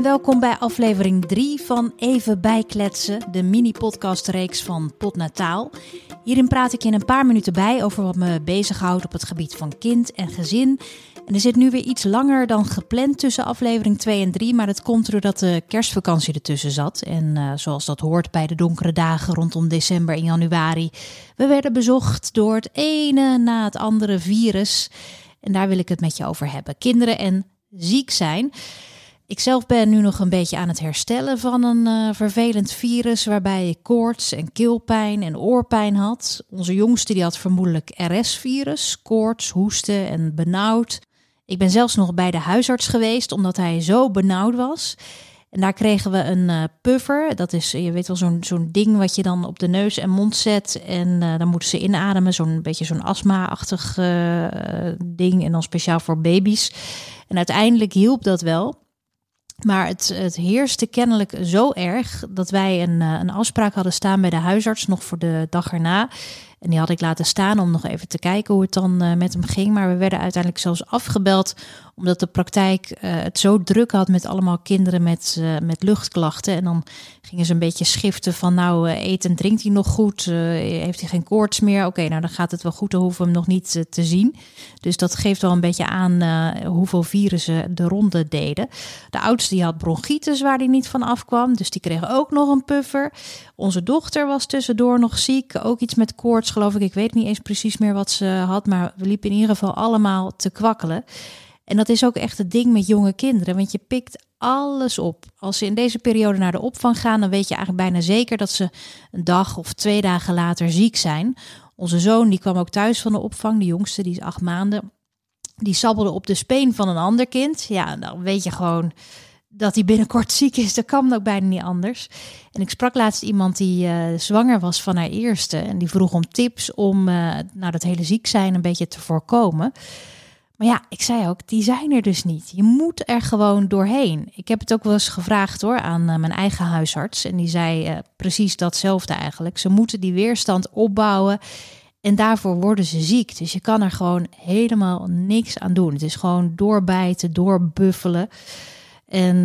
welkom bij aflevering 3 van Even Bijkletsen, de mini-podcastreeks van Potnataal. Hierin praat ik je in een paar minuten bij over wat me bezighoudt op het gebied van kind en gezin. En er zit nu weer iets langer dan gepland tussen aflevering 2 en 3, maar dat komt doordat de kerstvakantie ertussen zat. En zoals dat hoort bij de donkere dagen rondom december en januari, we werden bezocht door het ene na het andere virus. En daar wil ik het met je over hebben. Kinderen en ziek zijn. Ik zelf ben nu nog een beetje aan het herstellen van een vervelend virus waarbij ik koorts en keelpijn en oorpijn had. Onze jongste die had vermoedelijk RS-virus, koorts, hoesten en benauwd. Ik ben zelfs nog bij de huisarts geweest omdat hij zo benauwd was. En daar kregen we een puffer. Dat is, je weet wel, zo'n ding wat je dan op de neus en mond zet. En dan moeten ze inademen. Zo'n beetje zo'n astma-achtig ding. En dan speciaal voor baby's. En uiteindelijk hielp dat wel. Maar het heerste kennelijk zo erg dat wij een afspraak hadden staan bij de huisarts nog voor de dag erna. En die had ik laten staan om nog even te kijken hoe het dan met hem ging. Maar we werden uiteindelijk zelfs afgebeld omdat de praktijk het zo druk had met allemaal kinderen met luchtklachten. En dan gingen ze een beetje schiften van nou eet en drinkt hij nog goed? Heeft hij geen koorts meer? Oké, nou dan gaat het wel goed, dan hoeven we hem nog niet te zien. Dus dat geeft wel een beetje aan hoeveel virussen de ronde deden. De oudste die had bronchitis waar hij niet van afkwam. Dus die kreeg ook nog een puffer. Onze dochter was tussendoor nog ziek. Ook iets met koorts geloof ik. Ik weet niet eens precies meer wat ze had. Maar we liepen in ieder geval allemaal te kwakkelen. En dat is ook echt het ding met jonge kinderen. Want je pikt alles op. Als ze in deze periode naar de opvang gaan, dan weet je eigenlijk bijna zeker dat ze een dag of 2 dagen later ziek zijn. Onze zoon die kwam ook thuis van de opvang. De jongste, die is 8 maanden. Die sabbelde op de speen van een ander kind. Ja, dan weet je gewoon dat hij binnenkort ziek is. Dat kan ook bijna niet anders. En ik sprak laatst iemand die zwanger was van haar eerste. En die vroeg om tips om dat hele ziek zijn een beetje te voorkomen. Maar ja, ik zei ook, die zijn er dus niet. Je moet er gewoon doorheen. Ik heb het ook wel eens gevraagd hoor aan mijn eigen huisarts. En die zei precies datzelfde eigenlijk. Ze moeten die weerstand opbouwen. En daarvoor worden ze ziek. Dus je kan er gewoon helemaal niks aan doen. Het is gewoon doorbijten, doorbuffelen. En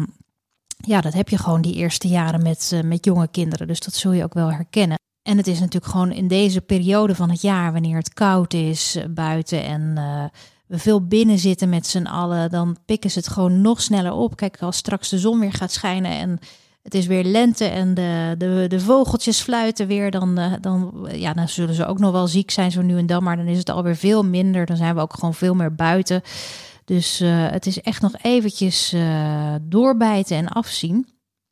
dat heb je gewoon die eerste jaren met jonge kinderen. Dus dat zul je ook wel herkennen. En het is natuurlijk gewoon in deze periode van het jaar, wanneer het koud is buiten en we veel binnen zitten met z'n allen, dan pikken ze het gewoon nog sneller op. Kijk, als straks de zon weer gaat schijnen en het is weer lente en de vogeltjes fluiten weer, dan zullen ze ook nog wel ziek zijn zo nu en dan, maar dan is het alweer veel minder. Dan zijn we ook gewoon veel meer buiten. Dus het is echt nog eventjes doorbijten en afzien.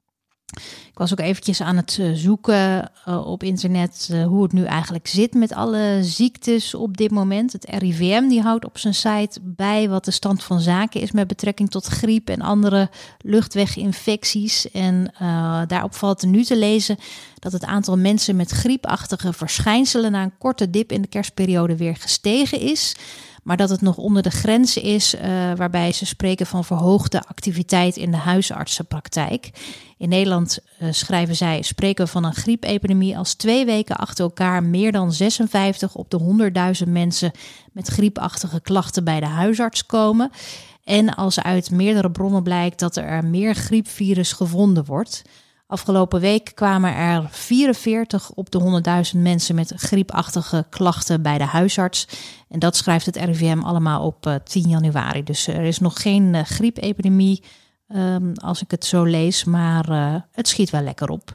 Ik was ook eventjes aan het zoeken op internet hoe het nu eigenlijk zit met alle ziektes op dit moment. Het RIVM die houdt op zijn site bij wat de stand van zaken is met betrekking tot griep en andere luchtweginfecties. En daarop valt er nu te lezen dat het aantal mensen met griepachtige verschijnselen na een korte dip in de kerstperiode weer gestegen is. Maar dat het nog onder de grens is waarbij ze spreken van verhoogde activiteit in de huisartsenpraktijk. In Nederland schrijven zij, spreken we van een griepepidemie als 2 weken achter elkaar meer dan 56 op de 100.000 mensen met griepachtige klachten bij de huisarts komen. En als uit meerdere bronnen blijkt dat er meer griepvirus gevonden wordt. Afgelopen week kwamen er 44 op de 100.000 mensen met griepachtige klachten bij de huisarts. En dat schrijft het RIVM allemaal op 10 januari. Dus er is nog geen griepepidemie als ik het zo lees, maar het schiet wel lekker op.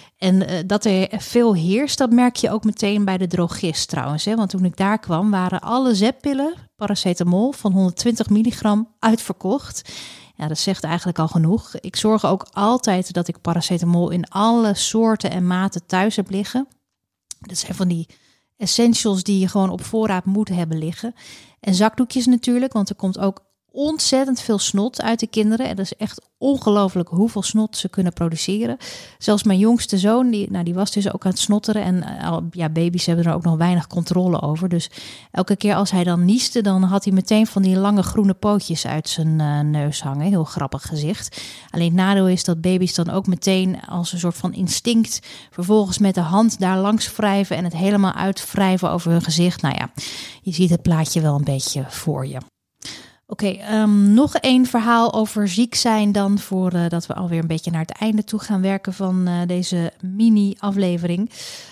En dat er veel heerst, dat merk je ook meteen bij de drogist trouwens. Hè? Want toen ik daar kwam waren alle zeppillen, paracetamol van 120 milligram, uitverkocht. Ja, dat zegt eigenlijk al genoeg. Ik zorg ook altijd dat ik paracetamol in alle soorten en maten thuis heb liggen. Dat zijn van die essentials die je gewoon op voorraad moet hebben liggen. En zakdoekjes natuurlijk, want er komt ook ontzettend veel snot uit de kinderen. En dat is echt ongelooflijk hoeveel snot ze kunnen produceren. Zelfs mijn jongste zoon, die was dus ook aan het snotteren. En baby's hebben er ook nog weinig controle over. Dus elke keer als hij dan nieste, dan had hij meteen van die lange groene pootjes uit zijn neus hangen. Heel grappig gezicht. Alleen het nadeel is dat baby's dan ook meteen als een soort van instinct vervolgens met de hand daar langs wrijven en het helemaal uitwrijven over hun gezicht. Nou ja, je ziet het plaatje wel een beetje voor je. Nog één verhaal over ziek zijn dan voordat we alweer een beetje naar het einde toe gaan werken van deze mini-aflevering.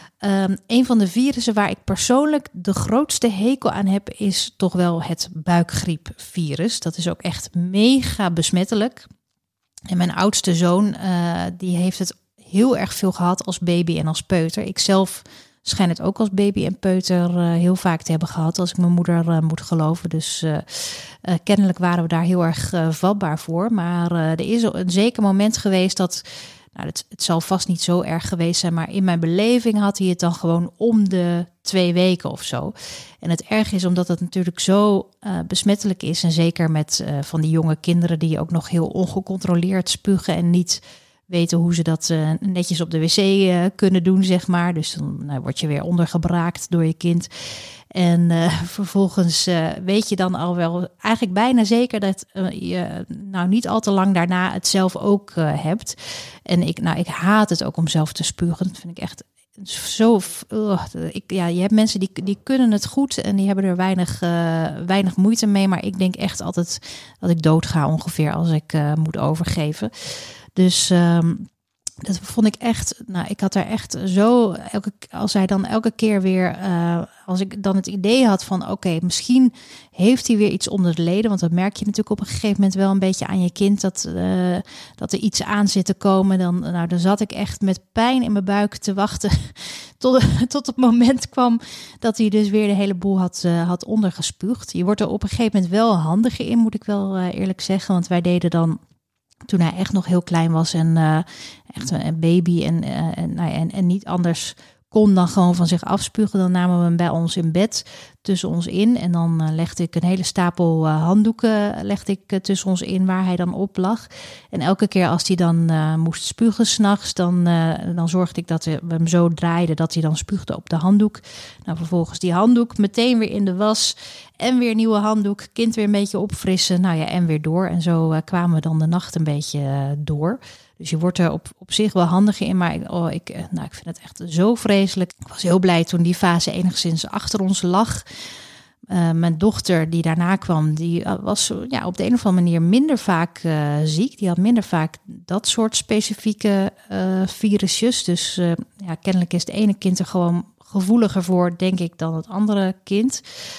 Een van de virussen waar ik persoonlijk de grootste hekel aan heb is toch wel het buikgriepvirus. Dat is ook echt mega besmettelijk. En mijn oudste zoon die heeft het heel erg veel gehad als baby en als peuter. Ik zelf schijn het ook als baby en peuter heel vaak te hebben gehad, als ik mijn moeder moet geloven. Dus kennelijk waren we daar heel erg vatbaar voor. Maar er is een zeker moment geweest dat, nou, het zal vast niet zo erg geweest zijn, maar in mijn beleving had hij het dan gewoon om de 2 weken of zo. En het erg is omdat het natuurlijk zo besmettelijk is, en zeker met van die jonge kinderen die ook nog heel ongecontroleerd spugen en niet weten hoe ze dat netjes op de wc kunnen doen, zeg maar. Dus dan word je weer ondergebraakt door je kind. En vervolgens weet je dan al wel eigenlijk bijna zeker dat je nou niet al te lang daarna het zelf ook hebt. En ik haat het ook om zelf te spugen. Dat vind ik echt zo. Je hebt mensen die kunnen het goed en die hebben er weinig moeite mee. Maar ik denk echt altijd dat ik doodga ongeveer als ik moet overgeven. Dus dat vond ik echt, ik had daar echt zo, als hij dan elke keer weer, als ik dan het idee had van oké, misschien heeft hij weer iets onder de leden, want dat merk je natuurlijk op een gegeven moment wel een beetje aan je kind, dat er iets aan zit te komen, dan zat ik echt met pijn in mijn buik te wachten tot het moment kwam dat hij dus weer de hele boel had ondergespuugd. Je wordt er op een gegeven moment wel handiger in, moet ik wel eerlijk zeggen, want wij deden dan, toen hij echt nog heel klein was en echt een baby en niet anders kon dan gewoon van zich afspugen, dan namen we hem bij ons in bed tussen ons in. En dan legde ik een hele stapel handdoeken tussen ons in waar hij dan op lag. En elke keer als hij dan moest spugen 's nachts, dan zorgde ik dat we hem zo draaiden dat hij dan spuugde op de handdoek. Nou, vervolgens die handdoek meteen weer in de was en weer nieuwe handdoek, kind weer een beetje opfrissen, en weer door. En zo kwamen we dan de nacht een beetje door. Dus je wordt er op zich wel handiger in, maar ik vind het echt zo vreselijk. Ik was heel blij toen die fase enigszins achter ons lag. Mijn dochter die daarna kwam, die was op de een of andere manier minder vaak ziek. Die had minder vaak dat soort specifieke virusjes. Dus kennelijk is het ene kind er gewoon gevoeliger voor, denk ik, dan het andere kind.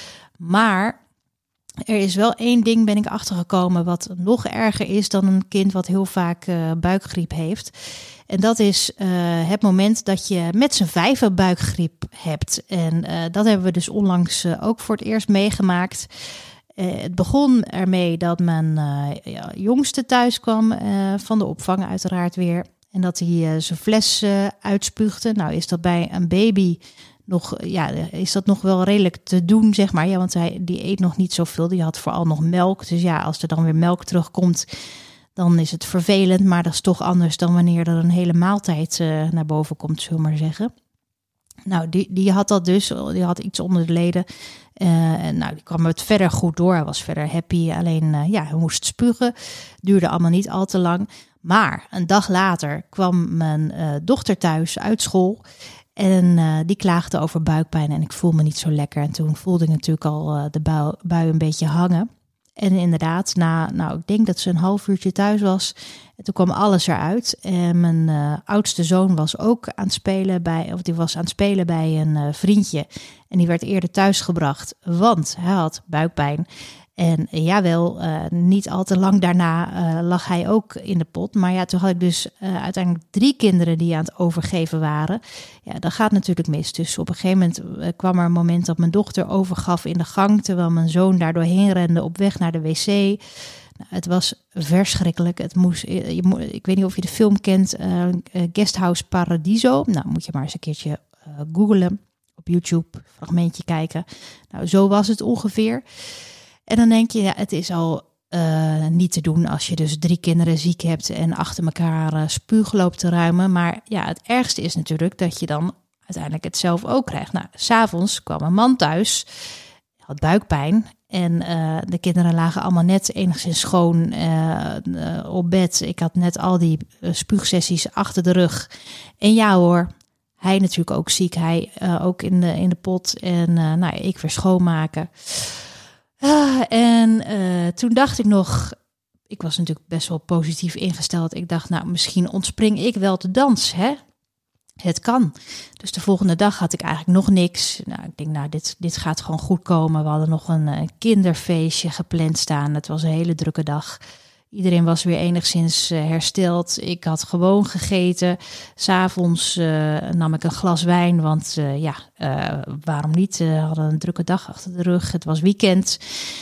Maar er is wel één ding, ben ik achtergekomen, wat nog erger is dan een kind wat heel vaak buikgriep heeft. En dat is het moment dat je met z'n 5 buikgriep hebt. En dat hebben we dus onlangs ook voor het eerst meegemaakt. Het begon ermee dat mijn jongste thuis kwam van de opvang uiteraard weer. En dat hij zijn fles uitspuugde. Nou is dat bij een baby is dat nog wel redelijk te doen, zeg maar. Ja, want die eet nog niet zoveel. Die had vooral nog melk. Dus als er dan weer melk terugkomt, dan is het vervelend. Maar dat is toch anders dan wanneer er een hele maaltijd naar boven komt, zullen we maar zeggen. Nou, die had dat dus. Die had iets onder de leden. Die kwam het verder goed door. Hij was verder happy. Alleen, hij moest spugen. Duurde allemaal niet al te lang. Maar een dag later kwam mijn dochter thuis uit school. En die klaagde over buikpijn en ik voel me niet zo lekker. En toen voelde ik natuurlijk al de bui een beetje hangen. En inderdaad, ik denk dat ze een half uurtje thuis was. En toen kwam alles eruit. En mijn oudste zoon was ook aan het spelen bij een vriendje. En die werd eerder thuisgebracht, want hij had buikpijn. En niet al te lang daarna lag hij ook in de pot. Maar toen had ik dus uiteindelijk 3 kinderen die aan het overgeven waren. Ja, dat gaat natuurlijk mis. Dus op een gegeven moment kwam er een moment dat mijn dochter overgaf in de gang, terwijl mijn zoon daar doorheen rende op weg naar de wc. Nou, het was verschrikkelijk. Ik weet niet of je de film kent, Guesthouse Paradiso. Nou, moet je maar eens een keertje googlen op YouTube, fragmentje kijken. Nou, zo was het ongeveer. En dan denk je, het is al niet te doen als je dus 3 kinderen ziek hebt en achter elkaar spuug loopt te ruimen. Maar het ergste is natuurlijk dat je dan uiteindelijk het zelf ook krijgt. Nou, 's avonds kwam een man thuis, had buikpijn en de kinderen lagen allemaal net enigszins schoon op bed. Ik had net al die spuugsessies achter de rug. En ja hoor, hij natuurlijk ook ziek, hij ook in de pot en ik weer schoonmaken. Toen dacht ik nog, ik was natuurlijk best wel positief ingesteld. Ik dacht, nou, misschien ontspring ik wel de dans, hè? Het kan. Dus de volgende dag had ik eigenlijk nog niks. Nou, ik denk, nou, dit gaat gewoon goed komen. We hadden nog een kinderfeestje gepland staan. Het was een hele drukke dag. Iedereen was weer enigszins hersteld. Ik had gewoon gegeten. 'S Avonds nam ik een glas wijn, want waarom niet? We hadden een drukke dag achter de rug. Het was weekend.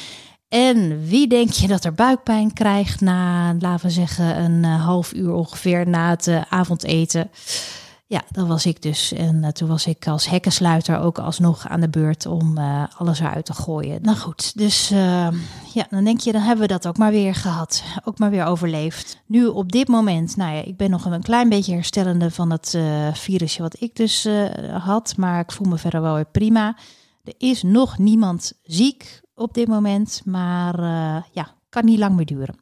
En wie denk je dat er buikpijn krijgt na, laten we zeggen, een half uur ongeveer na het avondeten? Ja, dat was ik dus. En toen was ik als hekkensluiter ook alsnog aan de beurt om alles eruit te gooien. Nou goed, dus dan denk je, dan hebben we dat ook maar weer gehad. Ook maar weer overleefd. Nu op dit moment, nou ja, ik ben nog een klein beetje herstellende van het virusje wat ik dus had. Maar ik voel me verder wel weer prima. Er is nog niemand ziek op dit moment, maar kan niet lang meer duren.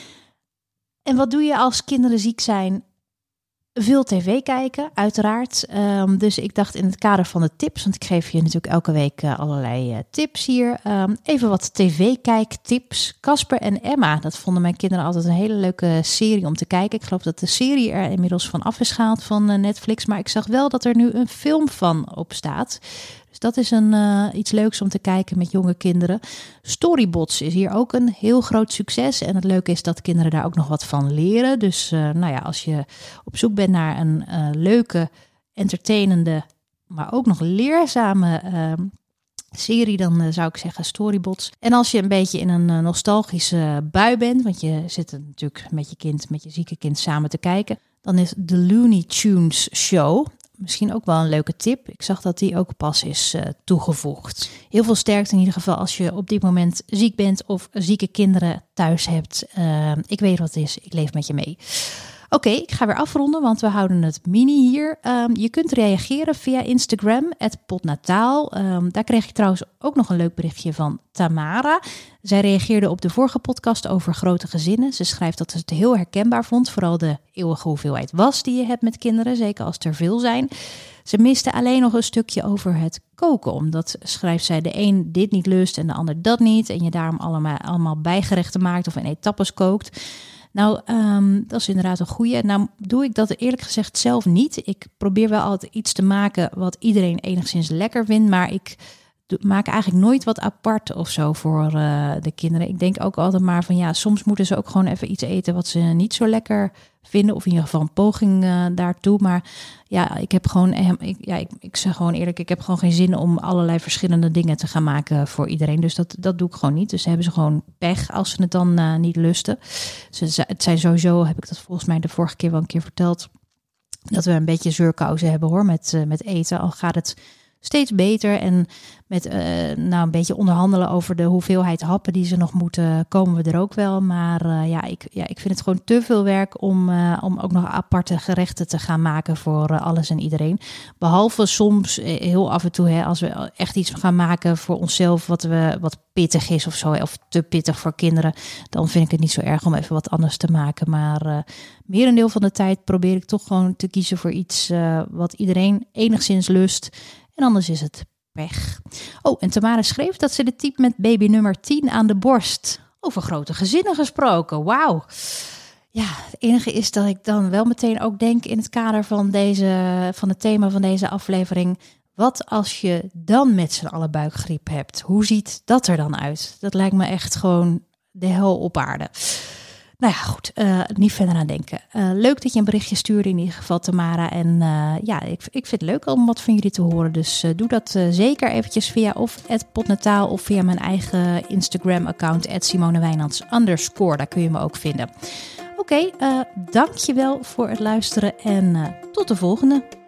En wat doe je als kinderen ziek zijn? Veel tv kijken, uiteraard. Dus ik dacht in het kader van de tips, want ik geef je natuurlijk elke week allerlei tips hier. Even wat tv-kijktips. Casper en Emma, dat vonden mijn kinderen altijd een hele leuke serie om te kijken. Ik geloof dat de serie er inmiddels van af is gehaald van Netflix. Maar ik zag wel dat er nu een film van op staat. Dus dat is iets leuks om te kijken met jonge kinderen. Storybots is hier ook een heel groot succes. En het leuke is dat kinderen daar ook nog wat van leren. Dus als je op zoek bent naar een leuke, entertainende, maar ook nog leerzame serie, dan zou ik zeggen Storybots. En als je een beetje in een nostalgische bui bent, want je zit er natuurlijk met je zieke kind samen te kijken, dan is de Looney Tunes Show misschien ook wel een leuke tip. Ik zag dat die ook pas is toegevoegd. Heel veel sterkte in ieder geval als je op dit moment ziek bent of zieke kinderen thuis hebt. Ik weet wat het is. Ik leef met je mee. Oké, ik ga weer afronden, want we houden het mini hier. Je kunt reageren via Instagram, @potnataal. Daar kreeg ik trouwens ook nog een leuk berichtje van Tamara. Zij reageerde op de vorige podcast over grote gezinnen. Ze schrijft dat ze het heel herkenbaar vond, vooral de eeuwige hoeveelheid was die je hebt met kinderen, zeker als er veel zijn. Ze miste alleen nog een stukje over het koken, omdat, schrijft zij, de een dit niet lust en de ander dat niet. En je daarom allemaal bijgerechten maakt of in etappes kookt. Nou, dat is inderdaad een goeie. Nou doe ik dat eerlijk gezegd zelf niet. Ik probeer wel altijd iets te maken wat iedereen enigszins lekker vindt. Maar ik maak eigenlijk nooit wat apart of zo voor de kinderen. Ik denk ook altijd maar van soms moeten ze ook gewoon even iets eten wat ze niet zo lekker vinden. Of in ieder geval een poging daartoe. Maar ik heb gewoon, ik zeg gewoon eerlijk, ik heb gewoon geen zin om allerlei verschillende dingen te gaan maken voor iedereen. Dus dat doe ik gewoon niet. Dus hebben ze gewoon pech als ze het dan niet lusten. Het zijn sowieso, heb ik dat volgens mij de vorige keer wel een keer verteld, dat we een beetje zeurkousen hebben hoor met eten. Al gaat het steeds beter en met een beetje onderhandelen over de hoeveelheid happen die ze nog moeten, komen we er ook wel. Maar ik vind het gewoon te veel werk om ook nog aparte gerechten te gaan maken voor alles en iedereen. Behalve soms heel af en toe, als we echt iets gaan maken voor onszelf wat pittig is of zo, of te pittig voor kinderen, dan vind ik het niet zo erg om even wat anders te maken. Maar merendeel van de tijd probeer ik toch gewoon te kiezen voor iets wat iedereen enigszins lust. En anders is het pech. Oh, en Tamara schreef dat ze de type met baby nummer 10 aan de borst. Over grote gezinnen gesproken. Wauw. Ja, het enige is dat ik dan wel meteen ook denk in het kader van het thema van deze aflevering. Wat als je dan met z'n allen buikgriep hebt? Hoe ziet dat er dan uit? Dat lijkt me echt gewoon de hel op aarde. Nou ja, goed. Niet verder aan denken. Leuk dat je een berichtje stuurde in ieder geval, Tamara. En ik vind het leuk om wat van jullie te horen. Dus doe dat zeker eventjes via of @potnataal of via mijn eigen Instagram-account @SimoneWijnands_. Daar kun je me ook vinden. Oké, dankjewel voor het luisteren en tot de volgende.